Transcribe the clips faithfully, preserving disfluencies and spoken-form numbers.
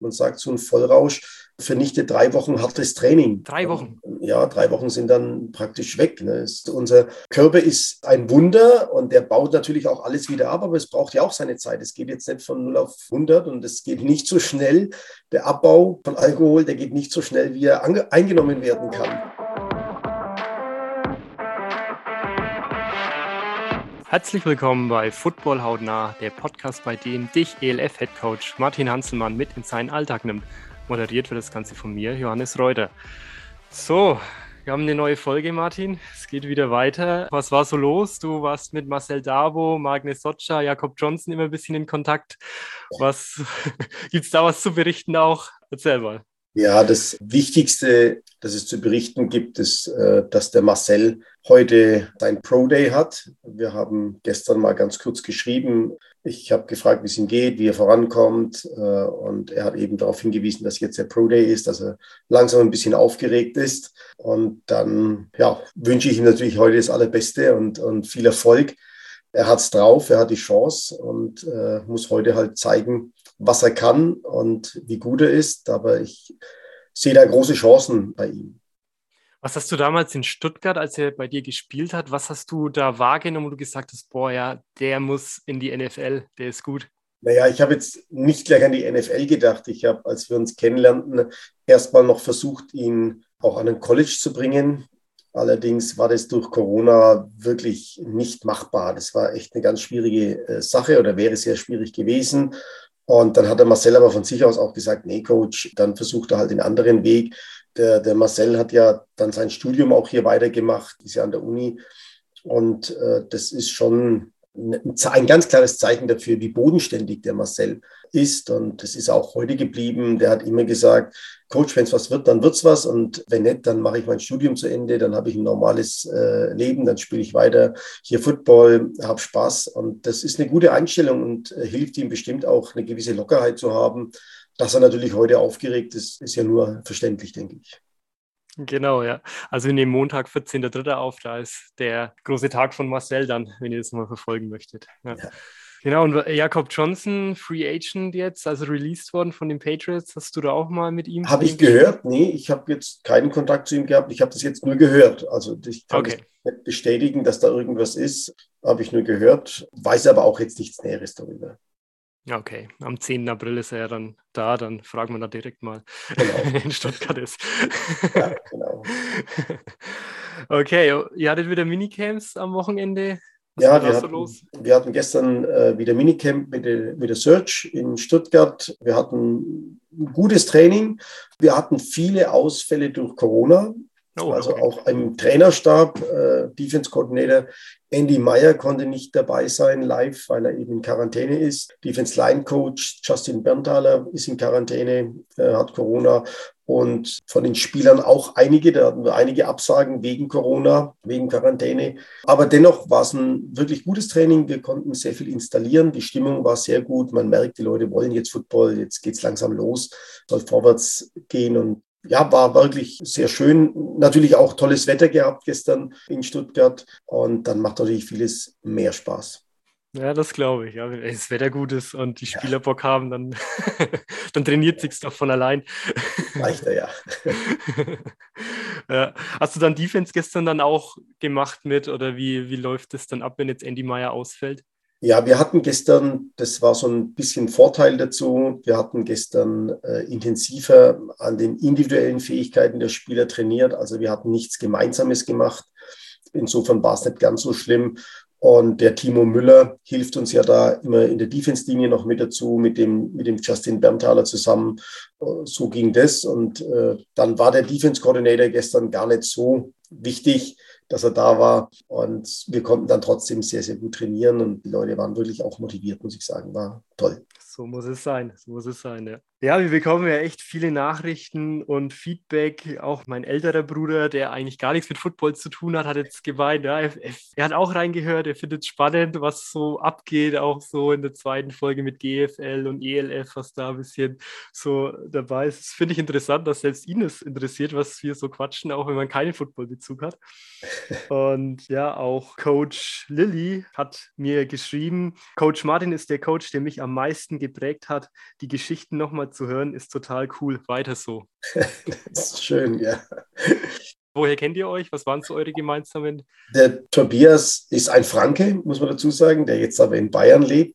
Man sagt, so ein Vollrausch vernichtet drei Wochen hartes Training. Drei Wochen? Ja, drei Wochen sind dann praktisch weg. Ne? Es, unser Körper ist ein Wunder und der baut natürlich auch alles wieder ab, aber es braucht ja auch seine Zeit. Es geht jetzt nicht von null auf hundert und es geht nicht so schnell. Der Abbau von Alkohol, der geht nicht so schnell, wie er ange- eingenommen werden kann. Herzlich willkommen bei Football hautnah, der Podcast, bei dem dich E L F-Headcoach Martin Hanselmann mit in seinen Alltag nimmt. Moderiert wird das Ganze von mir, Johannes Reuter. So, wir haben eine neue Folge, Martin. Es geht wieder weiter. Was war so los? Du warst mit Marcel Dabo, Magne Socha, Jakob Johnson immer ein bisschen in Kontakt. Was gibt es da was zu berichten auch? Erzähl mal. Ja, das Wichtigste, das es zu berichten gibt, ist, dass der Marcel heute sein Pro Day hat. Wir haben gestern mal ganz kurz geschrieben. Ich habe gefragt, wie es ihm geht, wie er vorankommt. Und er hat eben darauf hingewiesen, dass jetzt der Pro Day ist, dass er langsam ein bisschen aufgeregt ist. Und dann ja, wünsche ich ihm natürlich heute das Allerbeste und, und viel Erfolg. Er hat es drauf, er hat die Chance und äh, muss heute halt zeigen, was er kann und wie gut er ist. Aber ich sehe da große Chancen bei ihm. Was hast du damals in Stuttgart, als er bei dir gespielt hat, was hast du da wahrgenommen, wo du gesagt hast, boah, ja, der muss in die N F L, der ist gut? Naja, ich habe jetzt nicht gleich an die N F L gedacht. Ich habe, als wir uns kennenlernten, erstmal noch versucht, ihn auch an ein College zu bringen. Allerdings war das durch Corona wirklich nicht machbar. Das war echt eine ganz schwierige äh, Sache oder wäre sehr schwierig gewesen. Und dann hat der Marcel aber von sich aus auch gesagt, nee, Coach, dann versucht er halt den anderen Weg. Der, der Marcel hat ja dann sein Studium auch hier weitergemacht, ist ja an der Uni. Und äh, das ist schon ein, ein ganz klares Zeichen dafür, wie bodenständig der Marcel ist. Und das ist auch heute geblieben. Der hat immer gesagt, Coach, wenn es was wird, dann wird es was. Und wenn nicht, dann mache ich mein Studium zu Ende. Dann habe ich ein normales äh, Leben. Dann spiele ich weiter hier Football, habe Spaß. Und das ist eine gute Einstellung und äh, hilft ihm bestimmt auch, eine gewisse Lockerheit zu haben. Dass er natürlich heute aufgeregt ist, ist ja nur verständlich, denke ich. Genau, ja. Also wir nehmen Montag, vierzehnter dritter auf. Da ist der große Tag von Marcel dann, wenn ihr das mal verfolgen möchtet. Ja. Ja. Genau, und Jakob Johnson, Free Agent jetzt, also released worden von den Patriots. Hast du da auch mal mit ihm? Habe ich gehört? Nee, ich habe jetzt keinen Kontakt zu ihm gehabt. Ich habe das jetzt nur gehört. Also ich kann okay. das nicht bestätigen, dass da irgendwas ist. Habe ich nur gehört. Weiß aber auch jetzt nichts Näheres darüber. Okay, am zehnten April ist er ja dann da, dann fragen wir da direkt mal, genau. Wenn er in Stuttgart ist. Ja, genau. Okay, ihr hattet wieder Minicamps am Wochenende. Was ja, war wir da so hatten, los? wir hatten gestern äh, wieder Minicamp mit der, mit der Search in Stuttgart. Wir hatten ein gutes Training. Wir hatten viele Ausfälle durch Corona. Oh, also okay. Auch im Trainerstab, äh, Defense Coordinator Andy Meyer konnte nicht dabei sein live, weil er eben in Quarantäne ist. Defense Line Coach Justin Berntaler ist in Quarantäne, äh, hat Corona. Und von den Spielern auch einige, da hatten wir einige Absagen wegen Corona, wegen Quarantäne. Aber dennoch war es ein wirklich gutes Training. Wir konnten sehr viel installieren. Die Stimmung war sehr gut. Man merkt, die Leute wollen jetzt Football. Jetzt geht es langsam los, soll vorwärts gehen. Und ja, war wirklich sehr schön. Natürlich auch tolles Wetter gehabt gestern in Stuttgart. Und dann macht natürlich vieles mehr Spaß. Ja, das glaube ich. Ja, wenn das Wetter gut ist und die Spieler ja. Bock haben, dann, dann trainiert sich's doch von allein. Leichter, ja. Ja. Hast du dann Defense gestern dann auch gemacht mit oder wie, wie läuft es dann ab, wenn jetzt Andy Meyer ausfällt? Ja, wir hatten gestern, das war so ein bisschen Vorteil dazu, wir hatten gestern äh, intensiver an den individuellen Fähigkeiten der Spieler trainiert. Also wir hatten nichts Gemeinsames gemacht. Insofern war es nicht ganz so schlimm. Und der Timo Müller hilft uns ja da immer in der Defense-Linie noch mit dazu, mit dem, mit dem Justin Berntaler zusammen. So ging das. Und äh, dann war der Defense-Coordinator gestern gar nicht so wichtig, dass er da war. Und wir konnten dann trotzdem sehr, sehr gut trainieren. Und die Leute waren wirklich auch motiviert, muss ich sagen. War toll. So muss es sein, so muss es sein, ja. Ja, wir bekommen ja echt viele Nachrichten und Feedback. Auch mein älterer Bruder, der eigentlich gar nichts mit Football zu tun hat, hat jetzt gemeint, ja, er, er hat auch reingehört, er findet es spannend, was so abgeht, auch so in der zweiten Folge mit G F L und E L F, was da ein bisschen so dabei ist. Das finde ich interessant, dass selbst ihn es interessiert, was wir so quatschen, auch wenn man keinen Footballbezug hat. Und ja, auch Coach Lilly hat mir geschrieben, Coach Martin ist der Coach, der mich am meisten geprägt hat, die Geschichten nochmal zu hören, ist total cool. Weiter so. Das ist schön, ja. Woher kennt ihr euch? Was waren so eure gemeinsamen? Der Tobias ist ein Franke, muss man dazu sagen, der jetzt aber in Bayern lebt.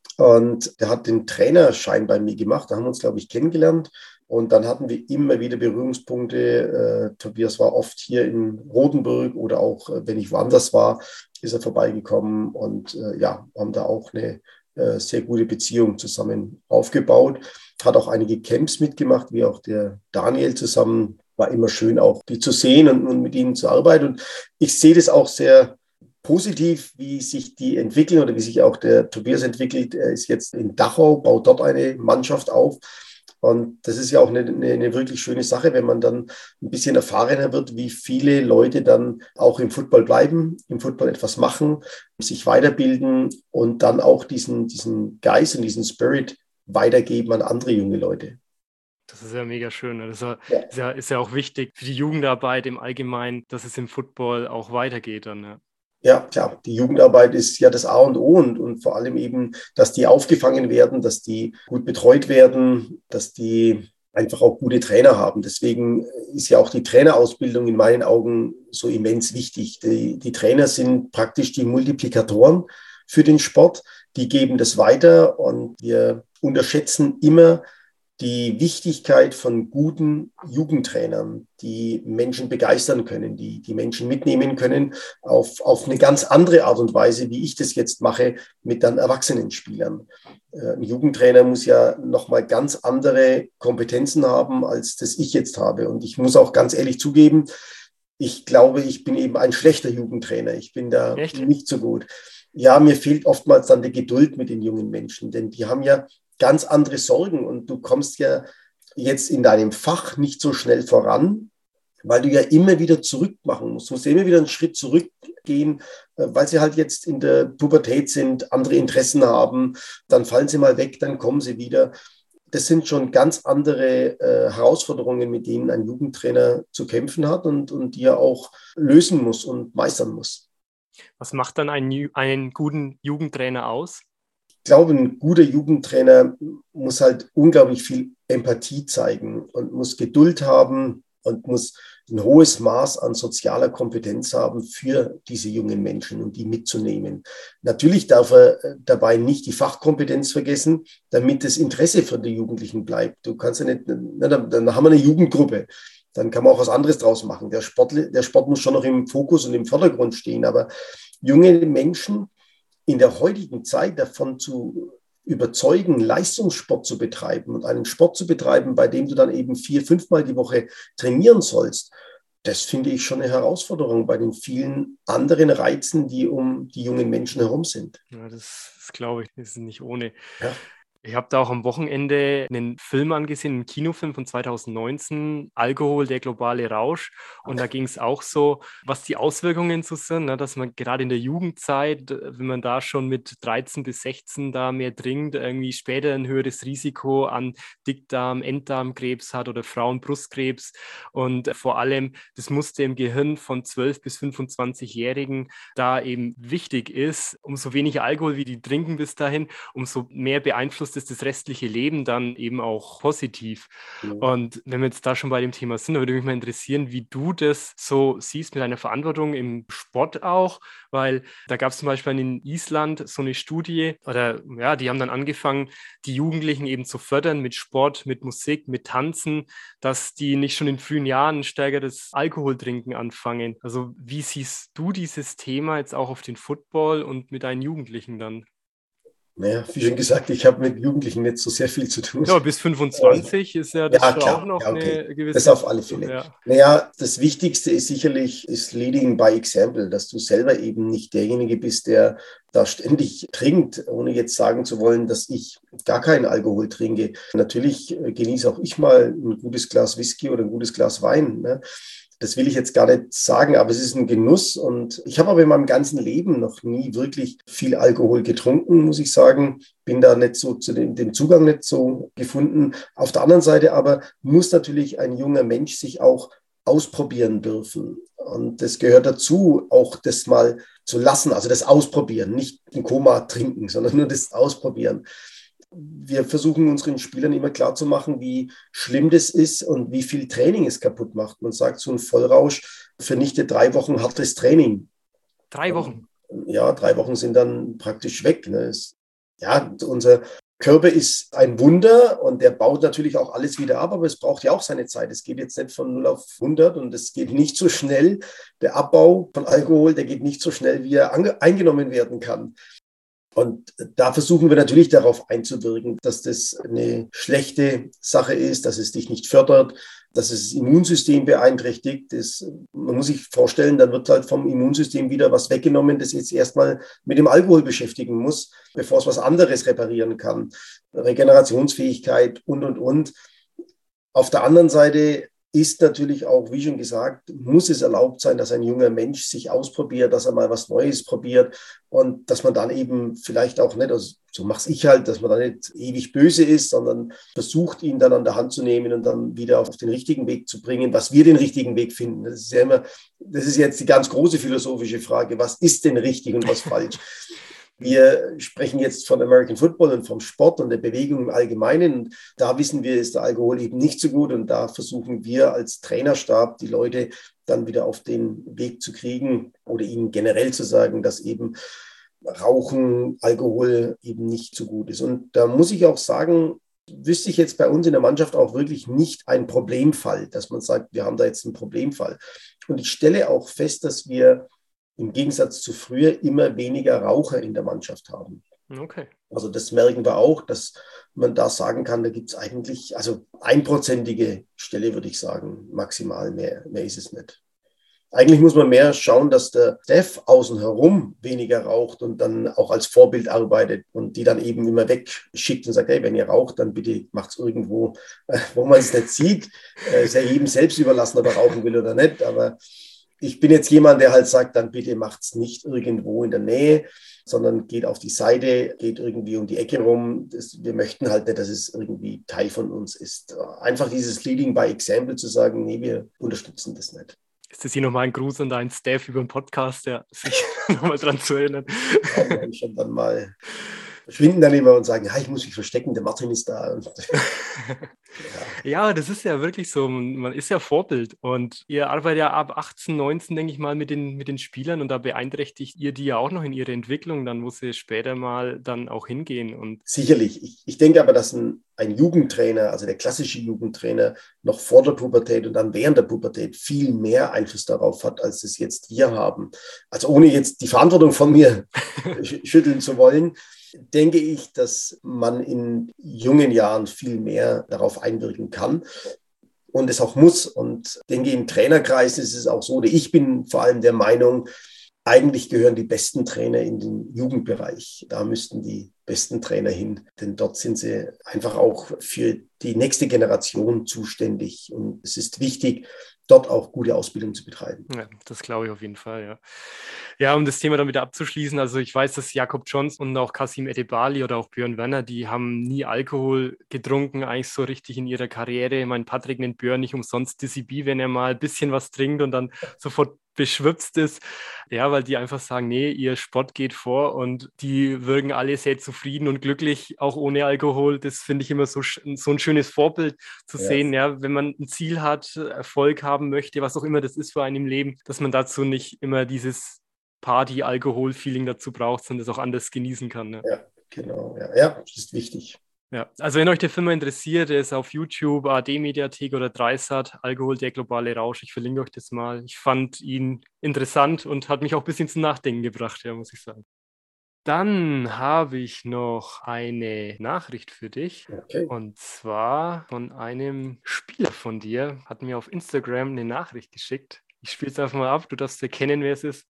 Und der hat den Trainerschein bei mir gemacht. Da haben wir uns, glaube ich, kennengelernt. Und dann hatten wir immer wieder Berührungspunkte. Äh, Tobias war oft hier in Rotenburg oder auch, äh, wenn ich woanders war, ist er vorbeigekommen. Und äh, ja, haben da auch eine äh, sehr gute Beziehung zusammen aufgebaut. Hat auch einige Camps mitgemacht, wie auch der Daniel zusammen. War immer schön, auch die zu sehen und, und mit ihnen zu arbeiten. Und ich sehe das auch sehr positiv, wie sich die entwickeln oder wie sich auch der Tobias entwickelt. Er ist jetzt in Dachau, baut dort eine Mannschaft auf. Und das ist ja auch eine, eine, eine wirklich schöne Sache, wenn man dann ein bisschen erfahrener wird, wie viele Leute dann auch im Football bleiben, im Football etwas machen, sich weiterbilden und dann auch diesen, diesen Geist und diesen Spirit weitergeben an andere junge Leute. Das ist ja mega schön. Das ist ja, Ja. ist ja, ist ja auch wichtig für die Jugendarbeit im Allgemeinen, dass es im Football auch weitergeht dann. Ja. Ja, klar, die Jugendarbeit ist ja das A und O und, und vor allem eben, dass die aufgefangen werden, dass die gut betreut werden, dass die einfach auch gute Trainer haben. Deswegen ist ja auch die Trainerausbildung in meinen Augen so immens wichtig. Die, die Trainer sind praktisch die Multiplikatoren für den Sport. Die geben das weiter und wir unterschätzen immer die Wichtigkeit von guten Jugendtrainern, die Menschen begeistern können, die die Menschen mitnehmen können auf, auf eine ganz andere Art und Weise, wie ich das jetzt mache mit dann Erwachsenenspielern. Ein Jugendtrainer muss ja nochmal ganz andere Kompetenzen haben, als das ich jetzt habe. Und ich muss auch ganz ehrlich zugeben, ich glaube, ich bin eben ein schlechter Jugendtrainer. Ich bin da Echt? nicht so gut. Ja, mir fehlt oftmals dann die Geduld mit den jungen Menschen, denn die haben ja ganz andere Sorgen und du kommst ja jetzt in deinem Fach nicht so schnell voran, weil du ja immer wieder zurück machen musst. Du musst ja immer wieder einen Schritt zurückgehen, weil sie halt jetzt in der Pubertät sind, andere Interessen haben, dann fallen sie mal weg, dann kommen sie wieder. Das sind schon ganz andere äh, Herausforderungen, mit denen ein Jugendtrainer zu kämpfen hat und, und die er auch lösen muss und meistern muss. Was macht dann einen, einen guten Jugendtrainer aus? Ich glaube, ein guter Jugendtrainer muss halt unglaublich viel Empathie zeigen und muss Geduld haben und muss ein hohes Maß an sozialer Kompetenz haben für diese jungen Menschen und die mitzunehmen. Natürlich darf er dabei nicht die Fachkompetenz vergessen, damit das Interesse für die Jugendlichen bleibt. Du kannst ja nicht, na, dann, dann haben wir eine Jugendgruppe. Dann kann man auch was anderes draus machen. Der Sport, der Sport muss schon noch im Fokus und im Vordergrund stehen. Aber junge Menschen in der heutigen Zeit davon zu überzeugen, Leistungssport zu betreiben und einen Sport zu betreiben, bei dem du dann eben vier, fünfmal die Woche trainieren sollst, das finde ich schon eine Herausforderung bei den vielen anderen Reizen, die um die jungen Menschen herum sind. Ja, das, das glaube ich, das ist nicht ohne. Ja. Ich habe da auch am Wochenende einen Film angesehen, einen Kinofilm von zwanzig neunzehn, Alkohol, der globale Rausch. Und da ging es auch so, was die Auswirkungen so sind, ne, dass man gerade in der Jugendzeit, wenn man da schon mit dreizehn bis sechzehn da mehr trinkt, irgendwie später ein höheres Risiko an Dickdarm, Enddarmkrebs hat oder Frauenbrustkrebs. Und vor allem das Muster im Gehirn von zwölf- bis fünfundzwanzig-Jährigen da eben wichtig ist. Umso weniger Alkohol, wie die trinken bis dahin, umso mehr beeinflusst ist das restliche Leben dann eben auch positiv. Ja. Und wenn wir jetzt da schon bei dem Thema sind, würde mich mal interessieren, wie du das so siehst mit deiner Verantwortung im Sport auch, weil da gab es zum Beispiel in Island so eine Studie, oder ja, die haben dann angefangen, die Jugendlichen eben zu fördern mit Sport, mit Musik, mit Tanzen, dass die nicht schon in frühen Jahren stärkeres Alkoholtrinken anfangen. Also wie siehst du dieses Thema jetzt auch auf den Football und mit deinen Jugendlichen dann? Naja, wie schon gesagt, ich habe mit Jugendlichen nicht so sehr viel zu tun. Ja, bis fünfundzwanzig äh, ist ja das ja, schon klar. auch noch ja, okay. eine gewisse... Das auf alle Fälle. Ja. Naja, das Wichtigste ist sicherlich, ist Leading by Example, dass du selber eben nicht derjenige bist, der da ständig trinkt, ohne jetzt sagen zu wollen, dass ich gar keinen Alkohol trinke. Natürlich genieße auch ich mal ein gutes Glas Whisky oder ein gutes Glas Wein, ne? Das will ich jetzt gar nicht sagen, aber es ist ein Genuss und ich habe aber in meinem ganzen Leben noch nie wirklich viel Alkohol getrunken, muss ich sagen. Bin da nicht so zu dem, den Zugang nicht so gefunden. Auf der anderen Seite aber muss natürlich ein junger Mensch sich auch ausprobieren dürfen. Und das gehört dazu, auch das mal zu lassen, also das Ausprobieren, nicht ein Koma trinken, sondern nur das Ausprobieren. Wir versuchen unseren Spielern immer klarzumachen, wie schlimm das ist und wie viel Training es kaputt macht. Man sagt, so ein Vollrausch vernichtet drei Wochen hartes Training. Drei Wochen? Ja, drei Wochen sind dann praktisch weg. Ne? Es, ja, unser Körper ist ein Wunder und der baut natürlich auch alles wieder ab, aber es braucht ja auch seine Zeit. Es geht jetzt nicht von null auf hundert und es geht nicht so schnell. Der Abbau von Alkohol, der geht nicht so schnell, wie er ange- eingenommen werden kann. Und da versuchen wir natürlich darauf einzuwirken, dass das eine schlechte Sache ist, dass es dich nicht fördert, dass es das Immunsystem beeinträchtigt. Das, man muss sich vorstellen, dann wird halt vom Immunsystem wieder was weggenommen, das jetzt erstmal mit dem Alkohol beschäftigen muss, bevor es was anderes reparieren kann. Regenerationsfähigkeit und, und, und. Auf der anderen Seite ist natürlich auch, wie schon gesagt, muss es erlaubt sein, dass ein junger Mensch sich ausprobiert, dass er mal was Neues probiert und dass man dann eben vielleicht auch nicht, also so mache ich halt, dass man dann nicht ewig böse ist, sondern versucht, ihn dann an der Hand zu nehmen und dann wieder auf den richtigen Weg zu bringen, was wir den richtigen Weg finden. Das ist ja immer, das ist jetzt die ganz große philosophische Frage, was ist denn richtig und was falsch? Wir sprechen jetzt von American Football und vom Sport und der Bewegung im Allgemeinen. Und da wissen wir, ist der Alkohol eben nicht so gut. Und da versuchen wir als Trainerstab, die Leute dann wieder auf den Weg zu kriegen oder ihnen generell zu sagen, dass eben Rauchen, Alkohol eben nicht so gut ist. Und da muss ich auch sagen, wüsste ich jetzt bei uns in der Mannschaft auch wirklich nicht einen Problemfall, dass man sagt, wir haben da jetzt einen Problemfall. Und ich stelle auch fest, dass wir im Gegensatz zu früher immer weniger Raucher in der Mannschaft haben. Okay. Also das merken wir auch, dass man da sagen kann, da gibt es eigentlich, also einprozentige Stelle würde ich sagen, maximal, mehr, mehr ist es nicht. Eigentlich muss man mehr schauen, dass der Staff außen herum weniger raucht und dann auch als Vorbild arbeitet und die dann eben immer wegschickt und sagt, hey, wenn ihr raucht, dann bitte macht es irgendwo, wo man es nicht sieht. Ist ja jedem selbst überlassen, ob er rauchen will oder nicht, aber ich bin jetzt jemand, der halt sagt, dann bitte macht es nicht irgendwo in der Nähe, sondern geht auf die Seite, geht irgendwie um die Ecke rum. Das, wir möchten halt nicht, dass es irgendwie Teil von uns ist. Einfach dieses Leading by Example zu sagen, nee, wir unterstützen das nicht. Ist das hier nochmal ein Gruß an deinen Staff über den Podcast, ja, sich nochmal dran zu erinnern? Ja, die haben schon dann mal verschwinden dann immer und sagen, ja, ich muss mich verstecken, der Martin ist da. Und, ja. ja, das ist ja wirklich so. Man ist ja Vorbild und ihr arbeitet ja ab achtzehn, neunzehn, denke ich mal, mit den, mit den Spielern und da beeinträchtigt ihr die ja auch noch in ihrer Entwicklung, dann muss sie später mal dann auch hingehen. Und sicherlich. Ich, ich denke aber, dass ein, ein Jugendtrainer, also der klassische Jugendtrainer, noch vor der Pubertät und dann während der Pubertät viel mehr Einfluss darauf hat, als es jetzt wir haben. Also ohne jetzt die Verantwortung von mir schütteln zu wollen, denke ich, dass man in jungen Jahren viel mehr darauf einwirken kann und es auch muss. Und ich denke, im Trainerkreis ist es auch so, oder ich bin vor allem der Meinung, eigentlich gehören die besten Trainer in den Jugendbereich. Da müssten die besten Trainer hin, denn dort sind sie einfach auch für die nächste Generation zuständig. Und es ist wichtig, dort auch gute Ausbildung zu betreiben. Ja, das glaube ich auf jeden Fall, ja. Ja, um das Thema dann wieder abzuschließen, also ich weiß, dass Jakob Johnson und auch Kasim Edebali oder auch Björn Werner, die haben nie Alkohol getrunken, eigentlich so richtig in ihrer Karriere. Mein Patrick nennt Björn nicht umsonst Dizzy B, wenn er mal ein bisschen was trinkt und dann sofort beschwipst ist. Ja, weil die einfach sagen, nee, ihr Sport geht vor und die wirken alle sehr zufrieden und glücklich, auch ohne Alkohol. Das finde ich immer so, so ein schönes Vorbild zu ja. sehen, ja, wenn man ein Ziel hat, Erfolg haben möchte, was auch immer das ist für einen im Leben, dass man dazu nicht immer dieses Party-Alkohol-Feeling dazu braucht, sondern das auch anders genießen kann. Ne? Ja, genau. Ja, ja, das ist wichtig. Ja, also wenn euch der Film interessiert, der ist auf YouTube, A R D-Mediathek oder Dreisat, Alkohol, der globale Rausch. Ich verlinke euch das mal. Ich fand ihn interessant und hat mich auch ein bisschen zum Nachdenken gebracht, ja, muss ich sagen. Dann habe ich noch eine Nachricht für dich. Okay. Und zwar von einem Spieler von dir, hat mir auf Instagram eine Nachricht geschickt. Ich spiele es einfach mal ab, du darfst erkennen, wer es ist.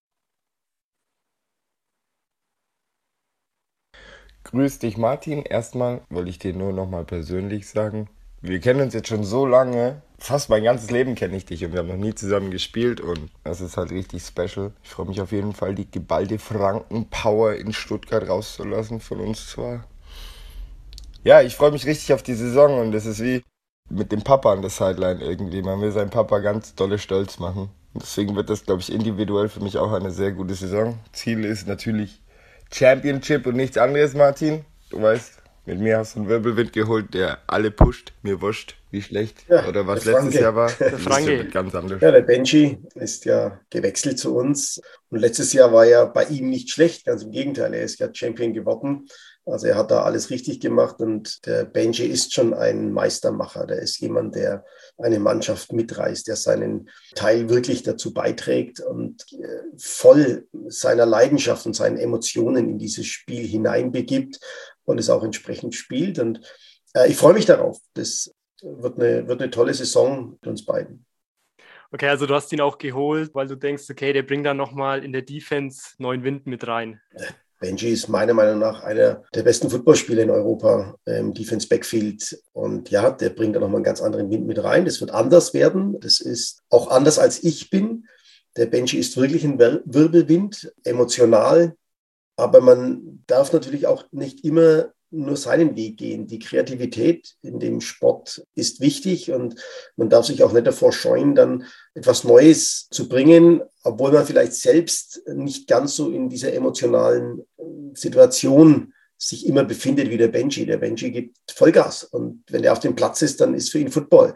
Grüß dich, Martin. Erstmal wollte ich dir nur nochmal persönlich sagen, wir kennen uns jetzt schon so lange, fast mein ganzes Leben kenne ich dich und wir haben noch nie zusammen gespielt und das ist halt richtig special. Ich freue mich auf jeden Fall, die geballte Franken-Power in Stuttgart rauszulassen von uns zwar. Ja, ich freue mich richtig auf die Saison und das ist wie mit dem Papa an der Sideline irgendwie. Man will seinen Papa ganz dolle stolz machen. Und deswegen wird das, glaube ich, individuell für mich auch eine sehr gute Saison. Ziel ist natürlich Championship und nichts anderes, Martin. Du weißt, Mit mir hast du einen Wirbelwind geholt, der alle pusht. Mir wurscht, wie schlecht Ja, oder was der letztes Franke. Jahr war. Der Das ist Franke. ja ganz anders. Ja, der Benji ist ja gewechselt zu uns. Und letztes Jahr war ja bei ihm nicht schlecht, ganz im Gegenteil. Er ist ja Champion geworden. Also er hat da alles richtig gemacht und der Benji ist schon ein Meistermacher. Der ist jemand, der eine Mannschaft mitreißt, der seinen Teil wirklich dazu beiträgt und voll seiner Leidenschaft und seinen Emotionen in dieses Spiel hineinbegibt und es auch entsprechend spielt. Und äh, ich freue mich darauf. Das wird eine, wird eine tolle Saison mit uns beiden. Okay, also du hast ihn auch geholt, weil du denkst, okay, der bringt dann nochmal in der Defense neuen Wind mit rein. Benji ist meiner Meinung nach einer der besten Footballspieler in Europa im Defense Backfield. Und ja, der bringt da nochmal einen ganz anderen Wind mit rein. Das wird anders werden. Das ist auch anders, als ich bin. Der Benji ist wirklich ein Wir- Wirbelwind, emotional. Aber man darf natürlich auch nicht immer nur seinen Weg gehen. Die Kreativität in dem Sport ist wichtig und man darf sich auch nicht davor scheuen, dann etwas Neues zu bringen, obwohl man vielleicht selbst nicht ganz so in dieser emotionalen Situation sich immer befindet wie der Benji. Der Benji gibt Vollgas und wenn er auf dem Platz ist, dann ist für ihn Football.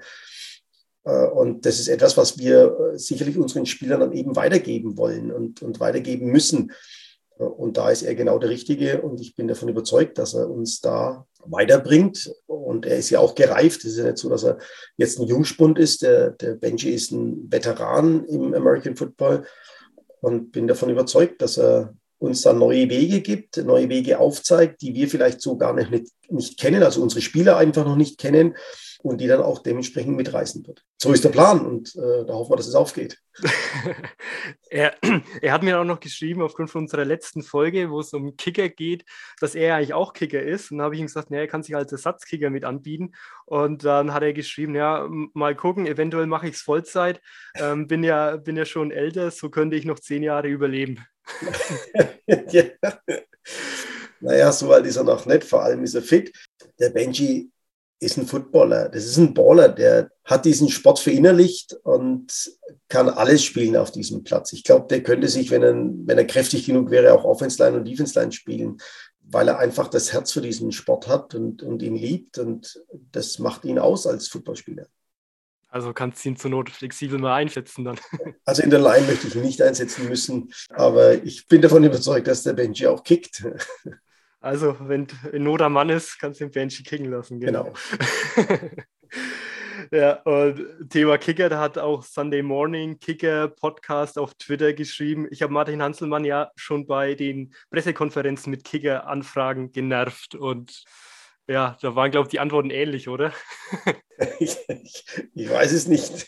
Und das ist etwas, was wir sicherlich unseren Spielern dann eben weitergeben wollen und, und weitergeben müssen. Und da ist er genau der Richtige und ich bin davon überzeugt, dass er uns da weiterbringt. Und er ist ja auch gereift. Es ist ja nicht so, dass er jetzt ein Jungspund ist. Der, der Benji ist ein Veteran im American Football und bin davon überzeugt, dass er uns da neue Wege gibt, neue Wege aufzeigt, die wir vielleicht so gar nicht, nicht, nicht kennen, also unsere Spieler einfach noch nicht kennen und die dann auch dementsprechend mitreißen wird. So ist der Plan und äh, da hoffen wir, dass es aufgeht. er, er hat mir auch noch geschrieben, aufgrund von unserer letzten Folge, wo es um Kicker geht, dass er eigentlich auch Kicker ist. Und dann habe ich ihm gesagt, na, er kann sich als Ersatzkicker mit anbieten. Und dann hat er geschrieben, ja, mal gucken, eventuell mache ich es Vollzeit. Ähm, bin ja, bin ja schon älter, so könnte ich noch zehn Jahre überleben. Ja. Naja, so alt ist er noch nicht, vor allem ist er fit. Der Benji ist ein Footballer, das ist ein Baller, der hat diesen Sport verinnerlicht und kann alles spielen auf diesem Platz. Ich glaube, der könnte sich, wenn er, wenn er kräftig genug wäre, auch Offense Line und Defense Line spielen, weil er einfach das Herz für diesen Sport hat und, und ihn liebt und das macht ihn aus als Footballspieler. Also kannst du ihn zur Not flexibel mal einsetzen dann. Also in der Line möchte ich ihn nicht einsetzen müssen, aber ich bin davon überzeugt, dass der Benji auch kickt. Also, wenn in Not am Mann ist, kannst du den Benji kicken lassen. Genau. genau. Ja, und Thema Kicker, da hat auch Sunday Morning Kicker Podcast auf Twitter geschrieben. Ich habe Martin Hanselmann ja schon bei den Pressekonferenzen mit Kicker-Anfragen genervt und ja, da waren, glaube ich, die Antworten ähnlich, oder? ich, ich, ich weiß es nicht.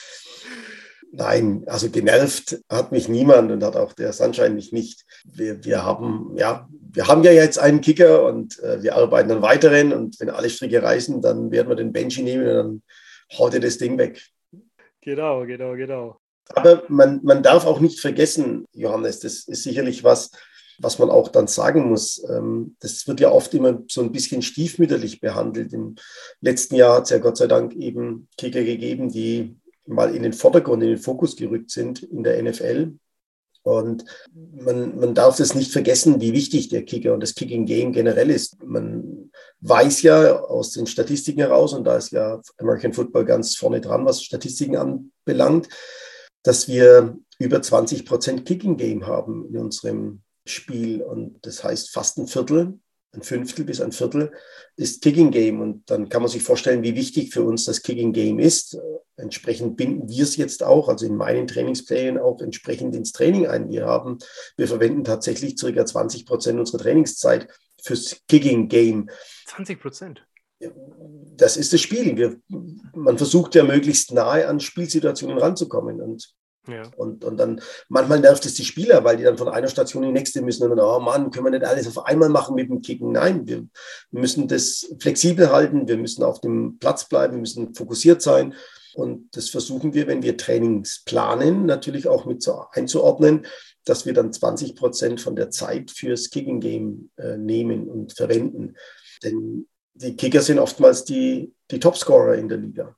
Nein, also genervt hat mich niemand und hat auch der Sunshine mich nicht. Wir, wir, haben, ja, wir haben ja jetzt einen Kicker und äh, wir arbeiten an weiteren und wenn alle Stricke reißen, dann werden wir den Benji nehmen und dann haut er das Ding weg. Genau, genau, genau. Aber man, man darf auch nicht vergessen, Johannes, das ist sicherlich was, was man auch dann sagen muss. Ähm, das wird ja oft immer so ein bisschen stiefmütterlich behandelt. Im letzten Jahr hat es ja Gott sei Dank eben Kicker gegeben, die mal in den Vordergrund, in den Fokus gerückt sind in der N F L. Und man, man darf das nicht vergessen, wie wichtig der Kicker und das Kicking Game generell ist. Man weiß ja aus den Statistiken heraus, und da ist ja American Football ganz vorne dran, was Statistiken anbelangt, dass wir über zwanzig Prozent Kicking Game haben in unserem Spiel. Und das heißt fast ein Viertel, ein Fünftel bis ein Viertel ist Kicking Game. Und dann kann man sich vorstellen, wie wichtig für uns das Kicking Game ist. Entsprechend binden wir es jetzt auch, also in meinen Trainingsplänen auch entsprechend ins Training ein. Wir haben, wir verwenden tatsächlich ca. zwanzig Prozent unserer Trainingszeit fürs Kicking Game. zwanzig Prozent? Das ist das Spiel. Wir, man versucht ja möglichst nahe an Spielsituationen ranzukommen. Und Ja. Und, und dann manchmal nervt es die Spieler, weil die dann von einer Station in die nächste müssen und dann, oh Mann, können wir nicht alles auf einmal machen mit dem Kicken? Nein, wir müssen das flexibel halten, wir müssen auf dem Platz bleiben, wir müssen fokussiert sein und das versuchen wir, wenn wir Trainings planen, natürlich auch mit so einzuordnen, dass wir dann zwanzig Prozent von der Zeit fürs Kicking Game äh, nehmen und verwenden. Denn die Kicker sind oftmals die, die Topscorer in der Liga.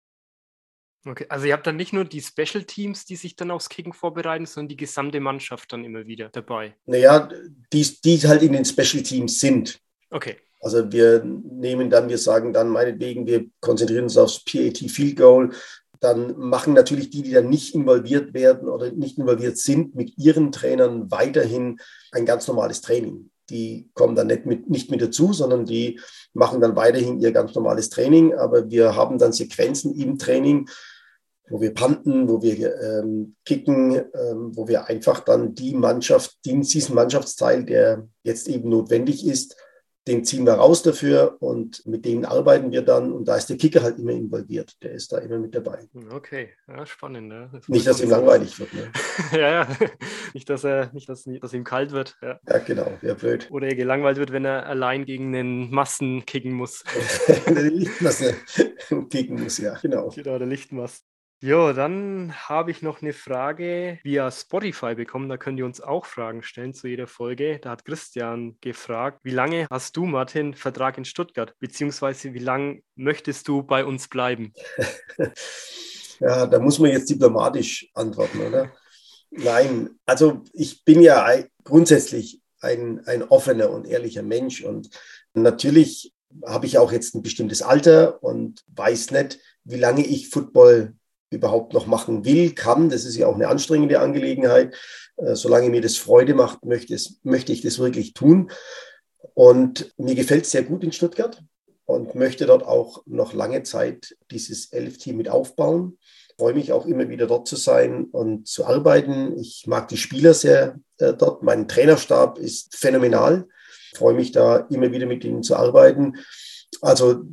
Okay, also ihr habt dann nicht nur die Special Teams, die sich dann aufs Kicken vorbereiten, sondern die gesamte Mannschaft dann immer wieder dabei. Naja, die, die halt in den Special Teams sind. Okay. Also wir nehmen dann, wir sagen dann meinetwegen, wir konzentrieren uns aufs P A T Field Goal. Dann machen natürlich die, die dann nicht involviert werden oder nicht involviert sind, mit ihren Trainern weiterhin ein ganz normales Training. Die kommen dann nicht mit, nicht mit dazu, sondern die machen dann weiterhin ihr ganz normales Training. Aber wir haben dann Sequenzen im Training, wo wir punten, wo wir ähm, kicken, ähm, wo wir einfach dann die Mannschaft, diesen Mannschaftsteil, der jetzt eben notwendig ist, den ziehen wir raus dafür und mit denen arbeiten wir dann. Und da ist der Kicker halt immer involviert. Der ist da immer mit dabei. Okay, ja, spannend. Ja. Das nicht, dass ihm langweilig wird. Ne? ja, ja. Nicht, dass, er, nicht dass, dass ihm kalt wird. Ja, ja genau. Wäre blöd. Oder er gelangweilt wird, wenn er allein gegen den Massen kicken muss. Die Lichtmasse kicken muss, ja, genau. Genau, der Lichtmast. Jo, dann habe ich noch eine Frage via Spotify bekommen. Da könnt ihr uns auch Fragen stellen zu jeder Folge. Da hat Christian gefragt, wie lange hast du, Martin, Vertrag in Stuttgart? Beziehungsweise wie lange möchtest du bei uns bleiben? Ja, da muss man jetzt diplomatisch antworten, oder? Nein, also ich bin ja grundsätzlich ein, ein offener und ehrlicher Mensch. Und natürlich habe ich auch jetzt ein bestimmtes Alter und weiß nicht, wie lange ich Football überhaupt noch machen will, kann. Das ist ja auch eine anstrengende Angelegenheit. Äh, solange mir das Freude macht, möchte, es, möchte ich das wirklich tun. Und mir gefällt es sehr gut in Stuttgart und möchte dort auch noch lange Zeit dieses Elf-Team mit aufbauen. Ich freue mich auch immer wieder dort zu sein und zu arbeiten. Ich mag die Spieler sehr äh, dort. Mein Trainerstab ist phänomenal. Ich freue mich da immer wieder mit ihnen zu arbeiten. Also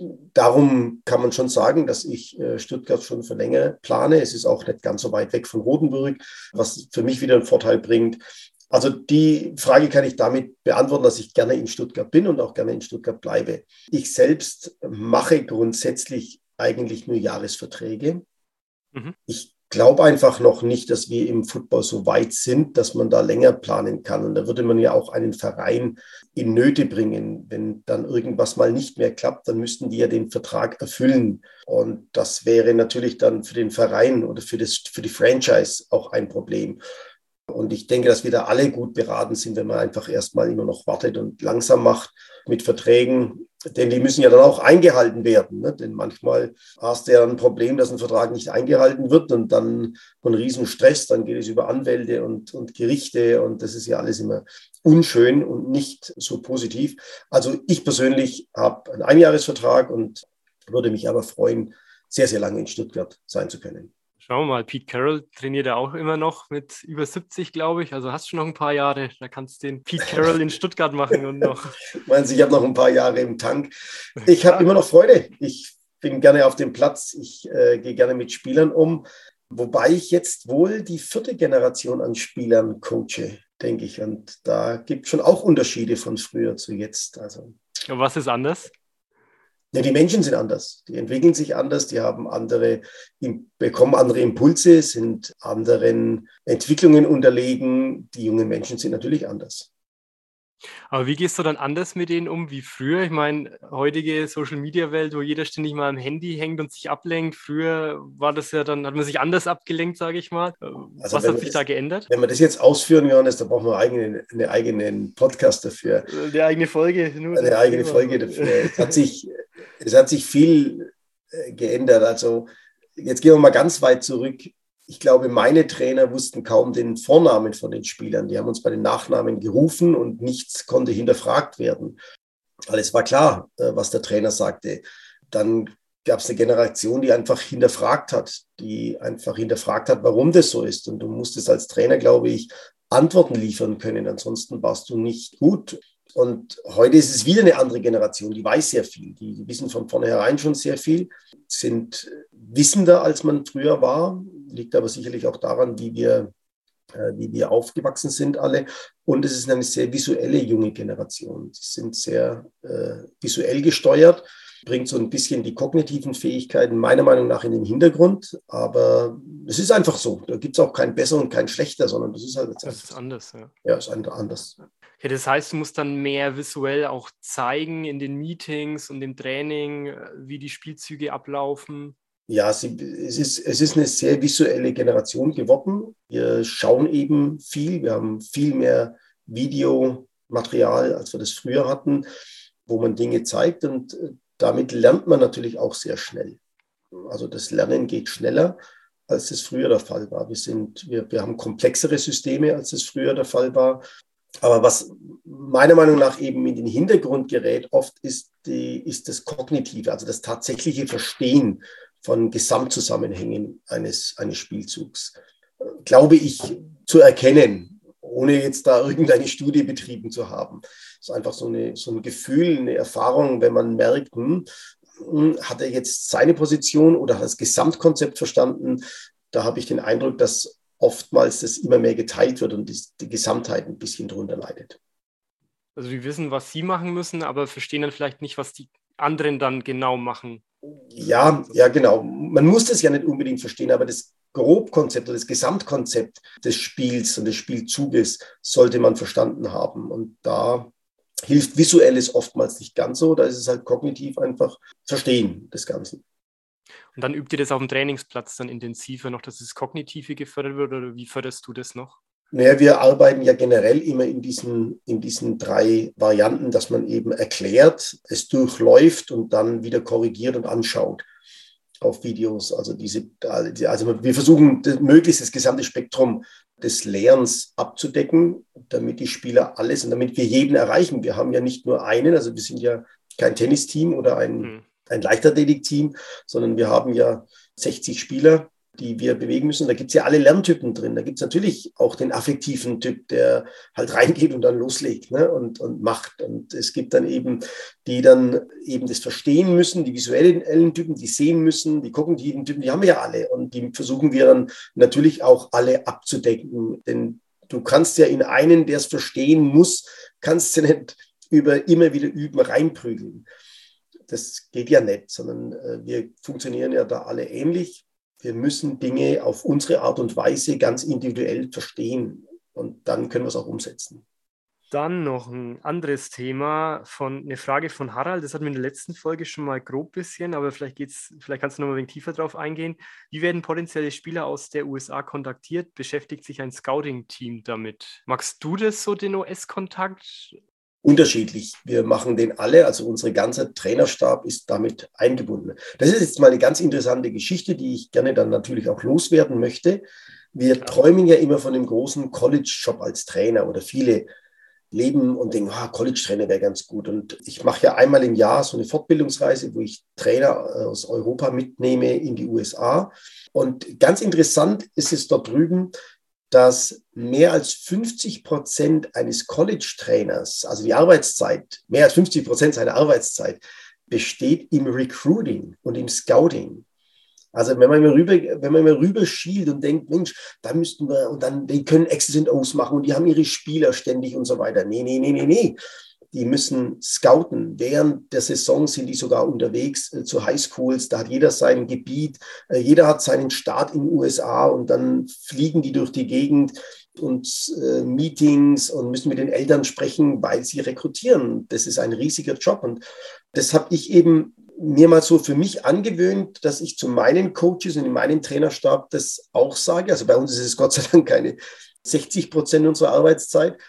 darum kann man schon sagen, dass ich Stuttgart schon für länger plane. Es ist auch nicht ganz so weit weg von Rotenburg, was für mich wieder einen Vorteil bringt. Also die Frage kann ich damit beantworten, dass ich gerne in Stuttgart bin und auch gerne in Stuttgart bleibe. Ich selbst mache grundsätzlich eigentlich nur Jahresverträge. Mhm. Ich glaube einfach noch nicht, dass wir im Football so weit sind, dass man da länger planen kann. Und da würde man ja auch einen Verein in Nöte bringen. Wenn dann irgendwas mal nicht mehr klappt, dann müssten die ja den Vertrag erfüllen. Und das wäre natürlich dann für den Verein oder für, das, für die Franchise auch ein Problem. Und ich denke, dass wir da alle gut beraten sind, wenn man einfach erstmal immer noch wartet und langsam macht mit Verträgen. Denn die müssen ja dann auch eingehalten werden. Ne? Denn manchmal hast du ja ein Problem, dass ein Vertrag nicht eingehalten wird und dann ein Riesenstress. Dann geht es über Anwälte und, und Gerichte und das ist ja alles immer unschön und nicht so positiv. Also ich persönlich habe einen Einjahresvertrag und würde mich aber freuen, sehr, sehr lange in Stuttgart sein zu können. Schauen wir mal, Pete Carroll trainiert ja auch immer noch mit über siebzig, glaube ich. Also hast du schon noch ein paar Jahre, da kannst du den Pete Carroll in Stuttgart machen und noch. Meinst du, ich habe noch ein paar Jahre im Tank? Ich habe ja. immer noch Freude. Ich bin gerne auf dem Platz. Ich äh, gehe gerne mit Spielern um. Wobei ich jetzt wohl die vierte Generation an Spielern coache, denke ich. Und da gibt es schon auch Unterschiede von früher zu jetzt. Also. Und was ist anders? Ja, die Menschen sind anders, die entwickeln sich anders, die haben andere, bekommen andere Impulse, sind anderen Entwicklungen unterlegen. Die jungen Menschen sind natürlich anders. Aber wie gehst du dann anders mit denen um wie früher? Ich meine, heutige Social-Media-Welt, wo jeder ständig mal am Handy hängt und sich ablenkt. Früher war das ja dann, hat man sich anders abgelenkt, sage ich mal. Also was hat sich das, da geändert? Wenn wir das jetzt ausführen, Johannes, dann brauchen wir einen eigenen, eigenen Podcast dafür. Eine eigene Folge. Nur eine eigene Thema. Folge dafür. Es hat sich, es hat sich viel geändert. Also jetzt gehen wir mal ganz weit zurück. Ich glaube, meine Trainer wussten kaum den Vornamen von den Spielern. Die haben uns bei den Nachnamen gerufen und nichts konnte hinterfragt werden. Alles war klar, was der Trainer sagte. Dann gab es eine Generation, die einfach hinterfragt hat, die einfach hinterfragt hat, warum das so ist. Und du musstest als Trainer, glaube ich, Antworten liefern können. Ansonsten warst du nicht gut. Und heute ist es wieder eine andere Generation, die weiß sehr viel. Die wissen von vornherein schon sehr viel, sind wissender, als man früher war. Liegt aber sicherlich auch daran, wie wir, äh, wie wir aufgewachsen sind alle. Und es ist eine sehr visuelle junge Generation. Sie sind sehr äh, visuell gesteuert, bringt so ein bisschen die kognitiven Fähigkeiten meiner Meinung nach in den Hintergrund. Aber es ist einfach so. Da gibt es auch kein besser und kein schlechter, sondern das ist halt jetzt das ist anders. Ja, ja ist anders. Okay, das heißt, du musst dann mehr visuell auch zeigen in den Meetings und im Training, wie die Spielzüge ablaufen. Ja, sie, es, ist, es ist eine sehr visuelle Generation geworden. Wir schauen eben viel. Wir haben viel mehr Videomaterial, als wir das früher hatten. wo man Dinge zeigt und äh, damit lernt man natürlich auch sehr schnell. Also das Lernen geht schneller, als es früher der Fall war. Wir, sind, wir, wir haben komplexere Systeme, als es früher der Fall war. Aber was meiner Meinung nach eben in den Hintergrund gerät, oft ist, die, ist das Kognitive, also das tatsächliche Verstehen von Gesamtzusammenhängen eines, eines Spielzugs. Glaube ich, zu erkennen, ohne jetzt da irgendeine Studie betrieben zu haben. Es ist einfach so, eine, so ein Gefühl, eine Erfahrung, wenn man merkt, hm, hat er jetzt seine Position oder hat das Gesamtkonzept verstanden? Da habe ich den Eindruck, dass oftmals das immer mehr geteilt wird und die, die Gesamtheit ein bisschen drunter leidet. Also die wissen, was sie machen müssen, aber verstehen dann vielleicht nicht, was die anderen dann genau machen. Ja, ja, genau. Man muss das ja nicht unbedingt verstehen, aber das Grobkonzept oder das Gesamtkonzept des Spiels und des Spielzuges sollte man verstanden haben. Und da hilft Visuelles oftmals nicht ganz so. Da ist es halt kognitiv einfach Verstehen des Ganzen. Und dann übt ihr das auf dem Trainingsplatz dann intensiver noch, dass das Kognitive gefördert wird, oder wie förderst du das noch? Naja, wir arbeiten ja generell immer in diesen, in diesen drei Varianten, dass man eben erklärt, es durchläuft und dann wieder korrigiert und anschaut auf Videos. Also, diese, also wir versuchen möglichst das gesamte Spektrum des Lernens abzudecken, damit die Spieler alles und damit wir jeden erreichen. Wir haben ja nicht nur einen, also wir sind ja kein Tennisteam oder ein, hm. ein Leichtathletikteam, sondern wir haben ja sechzig Spieler, die wir bewegen müssen. Da gibt es ja alle Lerntypen drin. Da gibt es natürlich auch den affektiven Typ, der halt reingeht und dann loslegt, ne, und, und macht. Und es gibt dann eben, die dann eben das verstehen müssen, die visuellen Typen, die sehen müssen, die kognitiven Typen, die haben wir ja alle. Und die versuchen wir dann natürlich auch alle abzudecken. Denn du kannst ja in einen, der es verstehen muss, kannst du nicht über immer wieder üben, reinprügeln. Das geht ja nicht, sondern äh, wir funktionieren ja da alle ähnlich. Wir müssen Dinge auf unsere Art und Weise ganz individuell verstehen und dann können wir es auch umsetzen. Dann noch ein anderes Thema, von, eine Frage von Harald, das hatten wir in der letzten Folge schon mal grob bisschen, aber vielleicht, geht's, vielleicht kannst du noch mal ein wenig tiefer drauf eingehen. Wie werden potenzielle Spieler aus der U S A kontaktiert? Beschäftigt sich ein Scouting-Team damit? Magst du das so, den U S-Kontakt? Unterschiedlich. Wir machen den alle, also unser ganzer Trainerstab ist damit eingebunden. Das ist jetzt mal eine ganz interessante Geschichte, die ich gerne dann natürlich auch loswerden möchte. Wir ja. träumen ja immer von dem großen College-Job als Trainer oder viele leben und denken, oh, College-Trainer wäre ganz gut. Und ich mache ja einmal im Jahr so eine Fortbildungsreise, wo ich Trainer aus Europa mitnehme in die U S A. Und ganz interessant ist es dort drüben, dass mehr als fünfzig Prozent eines College-Trainers, also die Arbeitszeit, mehr als fünfzig Prozent seiner Arbeitszeit, besteht im Recruiting und im Scouting. Also wenn man immer rüber, wenn man immer rüber schielt und denkt, Mensch, da müssten wir, und dann, die können X's and O's machen und die haben ihre Spieler ständig und so weiter. Nee, nee, nee, nee, nee. Die müssen scouten. Während der Saison sind die sogar unterwegs äh, zu Highschools. Da hat jeder sein Gebiet. Äh, jeder hat seinen Start in den U S A und dann fliegen die durch die Gegend und äh, Meetings und müssen mit den Eltern sprechen, weil sie rekrutieren. Das ist ein riesiger Job. Und das habe ich eben mir mal so für mich angewöhnt, dass ich zu meinen Coaches und in meinem Trainerstab das auch sage. Also bei uns ist es Gott sei Dank keine sechzig Prozent unserer Arbeitszeit.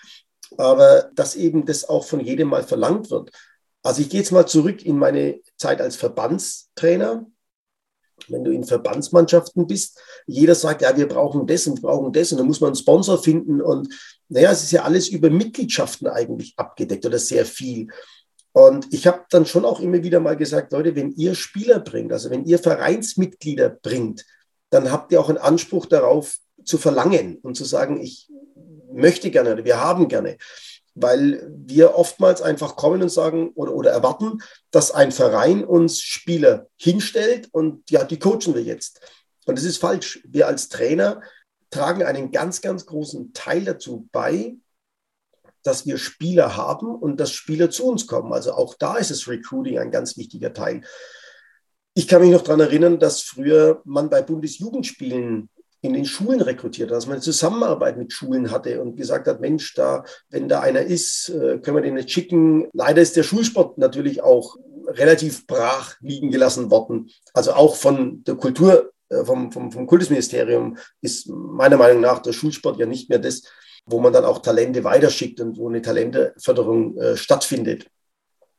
Aber dass eben das auch von jedem mal verlangt wird. Also ich gehe jetzt mal zurück in meine Zeit als Verbandstrainer. Wenn du in Verbandsmannschaften bist, jeder sagt, ja, wir brauchen das und wir brauchen das und dann muss man einen Sponsor finden und naja, es ist ja alles über Mitgliedschaften eigentlich abgedeckt oder sehr viel. Und ich habe dann schon auch immer wieder mal gesagt, Leute, wenn ihr Spieler bringt, also wenn ihr Vereinsmitglieder bringt, dann habt ihr auch einen Anspruch darauf zu verlangen und zu sagen, ich möchte gerne oder wir haben gerne, weil wir oftmals einfach kommen und sagen oder, oder erwarten, dass ein Verein uns Spieler hinstellt und ja, die coachen wir jetzt. Und das ist falsch. Wir als Trainer tragen einen ganz, ganz großen Teil dazu bei, dass wir Spieler haben und dass Spieler zu uns kommen. Also auch da ist das Recruiting ein ganz wichtiger Teil. Ich kann mich noch daran erinnern, dass früher man bei Bundesjugendspielen in den Schulen rekrutiert, dass man eine Zusammenarbeit mit Schulen hatte und gesagt hat, Mensch, da, wenn da einer ist, können wir den nicht schicken. Leider ist der Schulsport natürlich auch relativ brach liegen gelassen worden. Also auch von der Kultur, vom, vom, vom Kultusministerium ist meiner Meinung nach der Schulsport ja nicht mehr das, wo man dann auch Talente weiterschickt und wo eine Talenteförderung äh, stattfindet.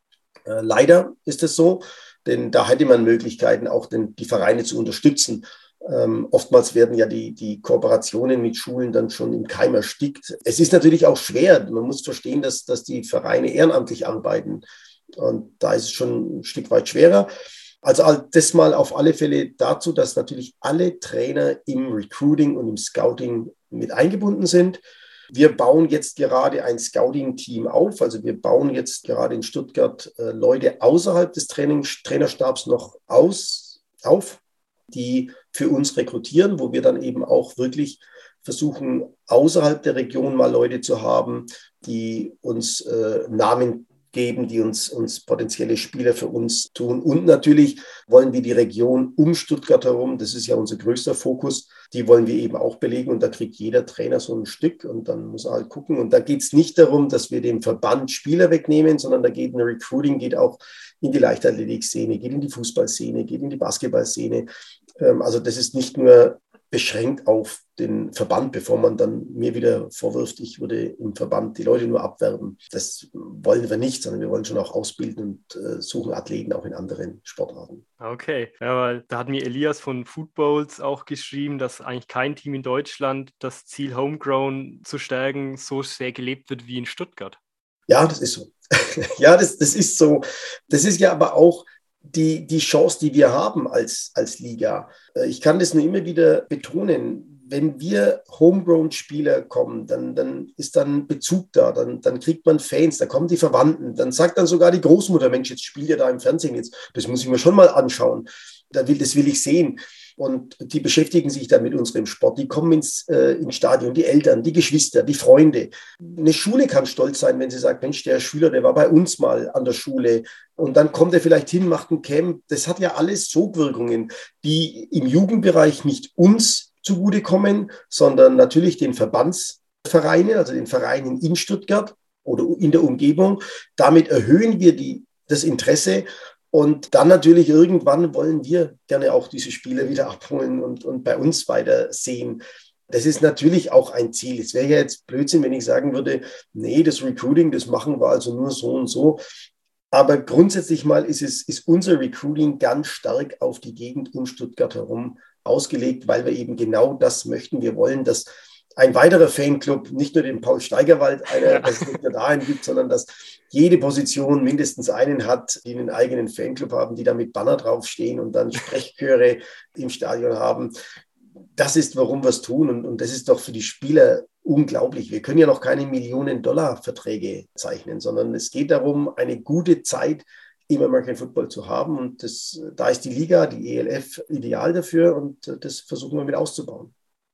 Äh, leider ist es so, denn da hätte man Möglichkeiten, auch den, die Vereine zu unterstützen. Ähm, oftmals werden ja die, die Kooperationen mit Schulen dann schon im Keim erstickt. Es ist natürlich auch schwer. Man muss verstehen, dass, dass die Vereine ehrenamtlich arbeiten. Und da ist es schon ein Stück weit schwerer. Also das mal auf alle Fälle dazu, dass natürlich alle Trainer im Recruiting und im Scouting mit eingebunden sind. Wir bauen jetzt gerade ein Scouting-Team auf. Also wir bauen jetzt gerade in Stuttgart äh, Leute außerhalb des Training, Trainerstabs noch aus, auf, die für uns rekrutieren, wo wir dann eben auch wirklich versuchen, außerhalb der Region mal Leute zu haben, die uns äh, Namen geben, die uns, uns potenzielle Spieler für uns tun. Und natürlich wollen wir die Region um Stuttgart herum, das ist ja unser größter Fokus, die wollen wir eben auch belegen. Und da kriegt jeder Trainer so ein Stück und dann muss er halt gucken. Und da geht es nicht darum, dass wir dem Verband Spieler wegnehmen, sondern da geht ein Recruiting, geht auch in die Leichtathletik-Szene, geht in die Fußballszene, geht in die Basketballszene. Also das ist nicht nur beschränkt auf den Verband, bevor man dann mir wieder vorwirft, ich würde im Verband die Leute nur abwerben. Das wollen wir nicht, sondern wir wollen schon auch ausbilden und äh, suchen Athleten auch in anderen Sportarten. Okay, ja, weil da hat mir Elias von Footballs auch geschrieben, dass eigentlich kein Team in Deutschland das Ziel Homegrown zu stärken so sehr gelebt wird wie in Stuttgart. Ja, das ist so. ja, das, das ist so. Das ist ja aber auch die, die Chance, die wir haben als, als Liga. Ich kann das nur immer wieder betonen. Wenn wir Homegrown-Spieler kommen, dann, dann ist dann Bezug da, dann, dann kriegt man Fans, da kommen die Verwandten, dann sagt dann sogar die Großmutter, Mensch, jetzt spielt ihr da im Fernsehen, jetzt, das muss ich mir schon mal anschauen, das will, das will ich sehen. Und die beschäftigen sich dann mit unserem Sport. Die kommen ins, äh, ins Stadion, die Eltern, die Geschwister, die Freunde. Eine Schule kann stolz sein, wenn sie sagt, Mensch, der Schüler, der war bei uns mal an der Schule. Und dann kommt er vielleicht hin, macht ein Camp. Das hat ja alles Sogwirkungen, die im Jugendbereich nicht uns zugutekommen, sondern natürlich den Verbandsvereinen, also den Vereinen in Stuttgart oder in der Umgebung. Damit erhöhen wir die, das Interesse. Und dann natürlich irgendwann wollen wir gerne auch diese Spieler wieder abholen und, und bei uns weiter sehen. Das ist natürlich auch ein Ziel. Es wäre ja jetzt Blödsinn, wenn ich sagen würde, nee, das Recruiting, das machen wir also nur so und so. Aber grundsätzlich mal ist, es, ist unser Recruiting ganz stark auf die Gegend um Stuttgart herum ausgelegt, weil wir eben genau das möchten. Wir wollen, dass ein weiterer Fanclub, nicht nur den Paul Steigerwald, einer, dass es nicht nur dahin gibt, sondern dass jede Position mindestens einen hat, die einen eigenen Fanclub haben, die da mit Banner draufstehen und dann Sprechchöre im Stadion haben. Das ist, warum wir es tun und, und das ist doch für die Spieler unglaublich. Wir können ja noch keine Millionen-Dollar-Verträge zeichnen, sondern es geht darum, eine gute Zeit im American Football zu haben und das, da ist die Liga, die E L F ideal dafür und das versuchen wir mit auszubauen.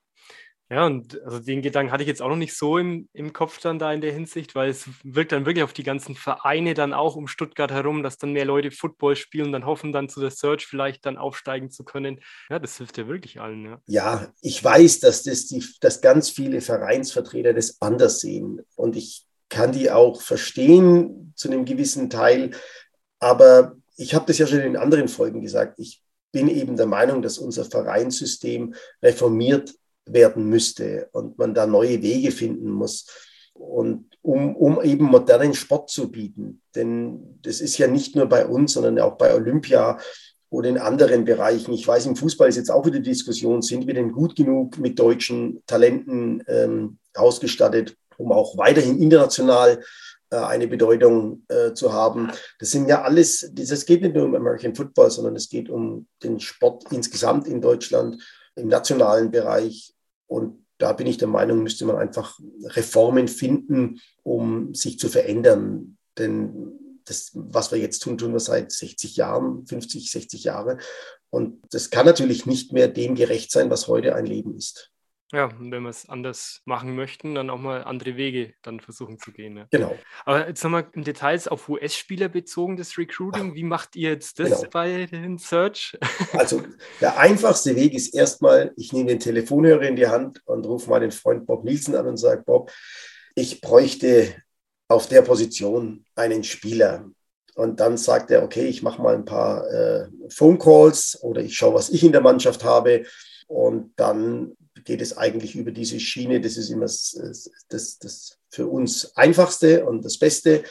Ja, und also den Gedanken hatte ich jetzt auch noch nicht so im, im Kopf dann da in der Hinsicht, weil es wirkt dann wirklich auf die ganzen Vereine dann auch um Stuttgart herum, dass dann mehr Leute Football spielen und dann hoffen dann zu der Search vielleicht dann aufsteigen zu können. Ja, das hilft ja wirklich allen. Ja, ja ich weiß, dass, das die, dass ganz viele Vereinsvertreter das anders sehen und ich kann die auch verstehen zu einem gewissen Teil, aber ich habe das ja schon in anderen Folgen gesagt, ich bin eben der Meinung, dass unser Vereinssystem reformiert werden müsste und man da neue Wege finden muss, und um, um eben modernen Sport zu bieten. Denn das ist ja nicht nur bei uns, sondern auch bei Olympia oder in anderen Bereichen. Ich weiß, im Fußball ist jetzt auch wieder die Diskussion, sind wir denn gut genug mit deutschen Talenten ähm, ausgestattet, um auch weiterhin international äh, eine Bedeutung äh, zu haben. Das sind ja alles, das geht nicht nur um American Football, sondern es geht um den Sport insgesamt in Deutschland, im nationalen Bereich. Und da bin ich der Meinung, müsste man einfach Reformen finden, um sich zu verändern. Denn das, was wir jetzt tun, tun wir seit sechzig Jahren, fünfzig, sechzig Jahre. Und das kann natürlich nicht mehr dem gerecht sein, was heute ein Leben ist. Ja, und wenn wir es anders machen möchten, dann auch mal andere Wege dann versuchen zu gehen. Ja. Genau. Aber jetzt nochmal in Details auf U S-Spieler bezogen, das Recruiting. Ach, wie macht ihr jetzt das genau. bei den Search? Also der einfachste Weg ist erstmal, ich nehme den Telefonhörer in die Hand und rufe meinen Freund Bob Nielsen an und sage, Bob, ich bräuchte auf der Position einen Spieler. Und dann sagt er, okay, ich mache mal ein paar äh, Phone Calls oder ich schaue, was ich in der Mannschaft habe. Und dann geht es eigentlich über diese Schiene. Das ist immer das, das, das für uns Einfachste und das Beste.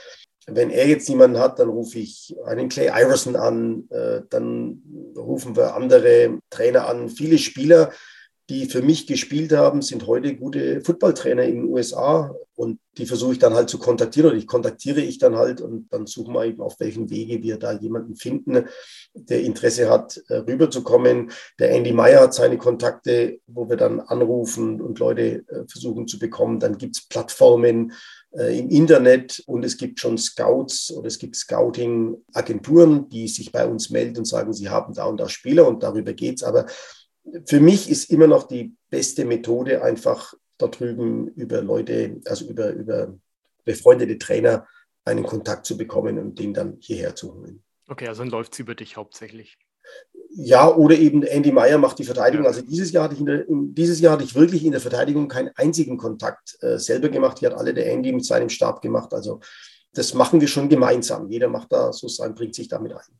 Wenn er jetzt niemanden hat, dann rufe ich einen Clay Iverson an, äh, dann rufen wir andere Trainer an. Viele Spieler, die für mich gespielt haben, sind heute gute Footballtrainer in den U S A und die versuche ich dann halt zu kontaktieren oder ich kontaktiere ich dann halt und dann suchen wir eben, auf welchen Wege wir da jemanden finden, der Interesse hat, rüberzukommen. Der Andy Meyer hat seine Kontakte, wo wir dann anrufen und Leute versuchen zu bekommen. Dann gibt es Plattformen äh, im Internet und es gibt schon Scouts oder es gibt Scouting-Agenturen, die sich bei uns melden und sagen, sie haben da und da Spieler und darüber geht es. Aber für mich ist immer noch die beste Methode, einfach da drüben über Leute, also über, über befreundete Trainer einen Kontakt zu bekommen und den dann hierher zu holen. Okay, also dann läuft es über dich hauptsächlich. Ja, oder eben Andy Meyer macht die Verteidigung. Ja. Also dieses Jahr, hatte ich in der, dieses Jahr hatte ich wirklich in der Verteidigung keinen einzigen Kontakt äh, selber gemacht. Die hat alle der Andy mit seinem Stab gemacht. Also das machen wir schon gemeinsam. Jeder macht da so sein, bringt sich damit ein.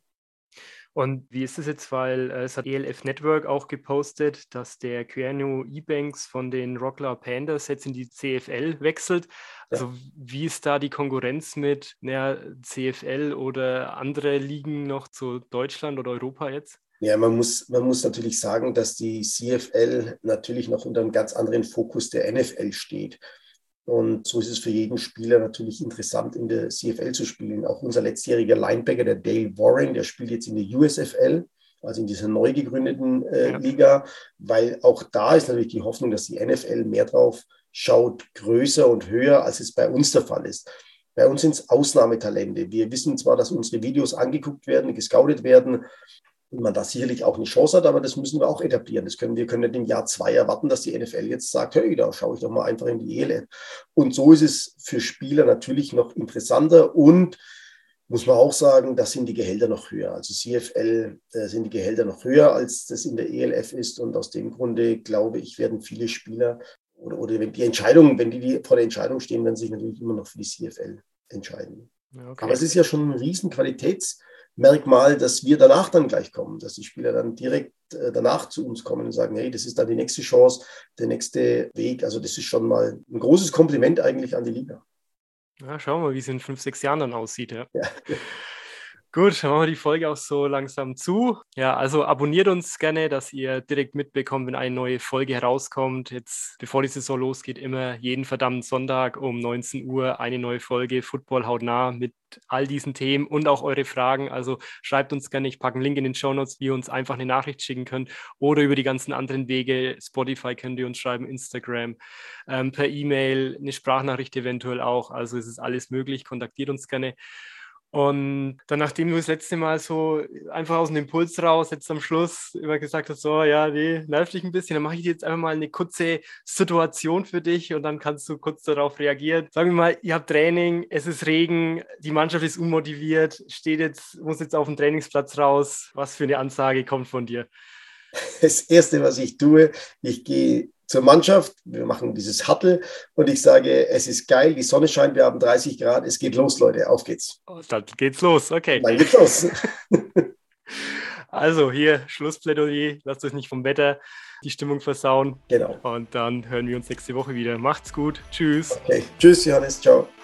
Und wie ist es jetzt, weil äh, es hat E L F Network auch gepostet, dass der Keanu Eubanks von den Rockler Panthers jetzt in die C F L wechselt. Also ja. Wie ist da die Konkurrenz mit naja, C F L oder andere Ligen noch zu Deutschland oder Europa jetzt? Ja, man muss, man muss natürlich sagen, dass die C F L natürlich noch unter einem ganz anderen Fokus der N F L steht. Und so ist es für jeden Spieler natürlich interessant, in der C F L zu spielen. Auch unser letztjähriger Linebacker, der Dale Warren, der spielt jetzt in der U S F L, also in dieser neu gegründeten äh, ja. Liga, weil auch da ist natürlich die Hoffnung, dass die N F L mehr drauf schaut, größer und höher, als es bei uns der Fall ist. Bei uns sind es Ausnahmetalente. Wir wissen zwar, dass unsere Videos angeguckt werden, gescoutet werden, und man da sicherlich auch eine Chance hat, aber das müssen wir auch etablieren. Das können, wir können nicht im Jahr zwei erwarten, dass die N F L jetzt sagt, hey, da schaue ich doch mal einfach in die E L F. Und so ist es für Spieler natürlich noch interessanter und muss man auch sagen, da sind die Gehälter noch höher. Also C F L äh, sind die Gehälter noch höher, als das in der E L F ist und aus dem Grunde, glaube ich, werden viele Spieler oder, oder wenn die Entscheidung, wenn die, die vor der Entscheidung stehen, werden sich natürlich immer noch für die C F L entscheiden. Okay. Aber es ist ja schon ein riesen Qualitätsmerkmal, dass wir danach dann gleich kommen, dass die Spieler dann direkt äh, danach zu uns kommen und sagen, hey, das ist dann die nächste Chance, der nächste Weg. Also das ist schon mal ein großes Kompliment eigentlich an die Liga. Ja, schauen wir mal, wie es in fünf, sechs Jahren dann aussieht. Ja. Ja. Gut, dann machen wir die Folge auch so langsam zu. Ja, also abonniert uns gerne, dass ihr direkt mitbekommt, wenn eine neue Folge herauskommt. Jetzt, bevor die Saison losgeht, immer jeden verdammten Sonntag um neunzehn Uhr eine neue Folge Football hautnah mit all diesen Themen und auch eure Fragen. Also schreibt uns gerne, ich packe einen Link in den Shownotes, wie ihr uns einfach eine Nachricht schicken könnt oder über die ganzen anderen Wege. Spotify könnt ihr uns schreiben, Instagram, ähm, per E-Mail, eine Sprachnachricht eventuell auch. Also es ist alles möglich, kontaktiert uns gerne. Und dann, nachdem du das letzte Mal so einfach aus dem Impuls raus, jetzt am Schluss immer gesagt hast, so, ja, nee, nervt dich ein bisschen, dann mache ich dir jetzt einfach mal eine kurze Situation für dich und dann kannst du kurz darauf reagieren. Sagen wir mal, ihr habt Training, es ist Regen, die Mannschaft ist unmotiviert, steht jetzt, muss jetzt auf dem Trainingsplatz raus. Was für eine Ansage kommt von dir? Das Erste, was ich tue, ich gehe zur Mannschaft, wir machen dieses Huddle und ich sage, es ist geil, die Sonne scheint, wir haben dreißig Grad, es geht los, Leute, auf geht's. Oh, dann geht's los, okay. Dann geht's los. Also hier, Schlussplädoyer, lasst euch nicht vom Wetter die Stimmung versauen. Genau. Und dann hören wir uns nächste Woche wieder. Macht's gut, tschüss. Okay, tschüss Johannes, ciao.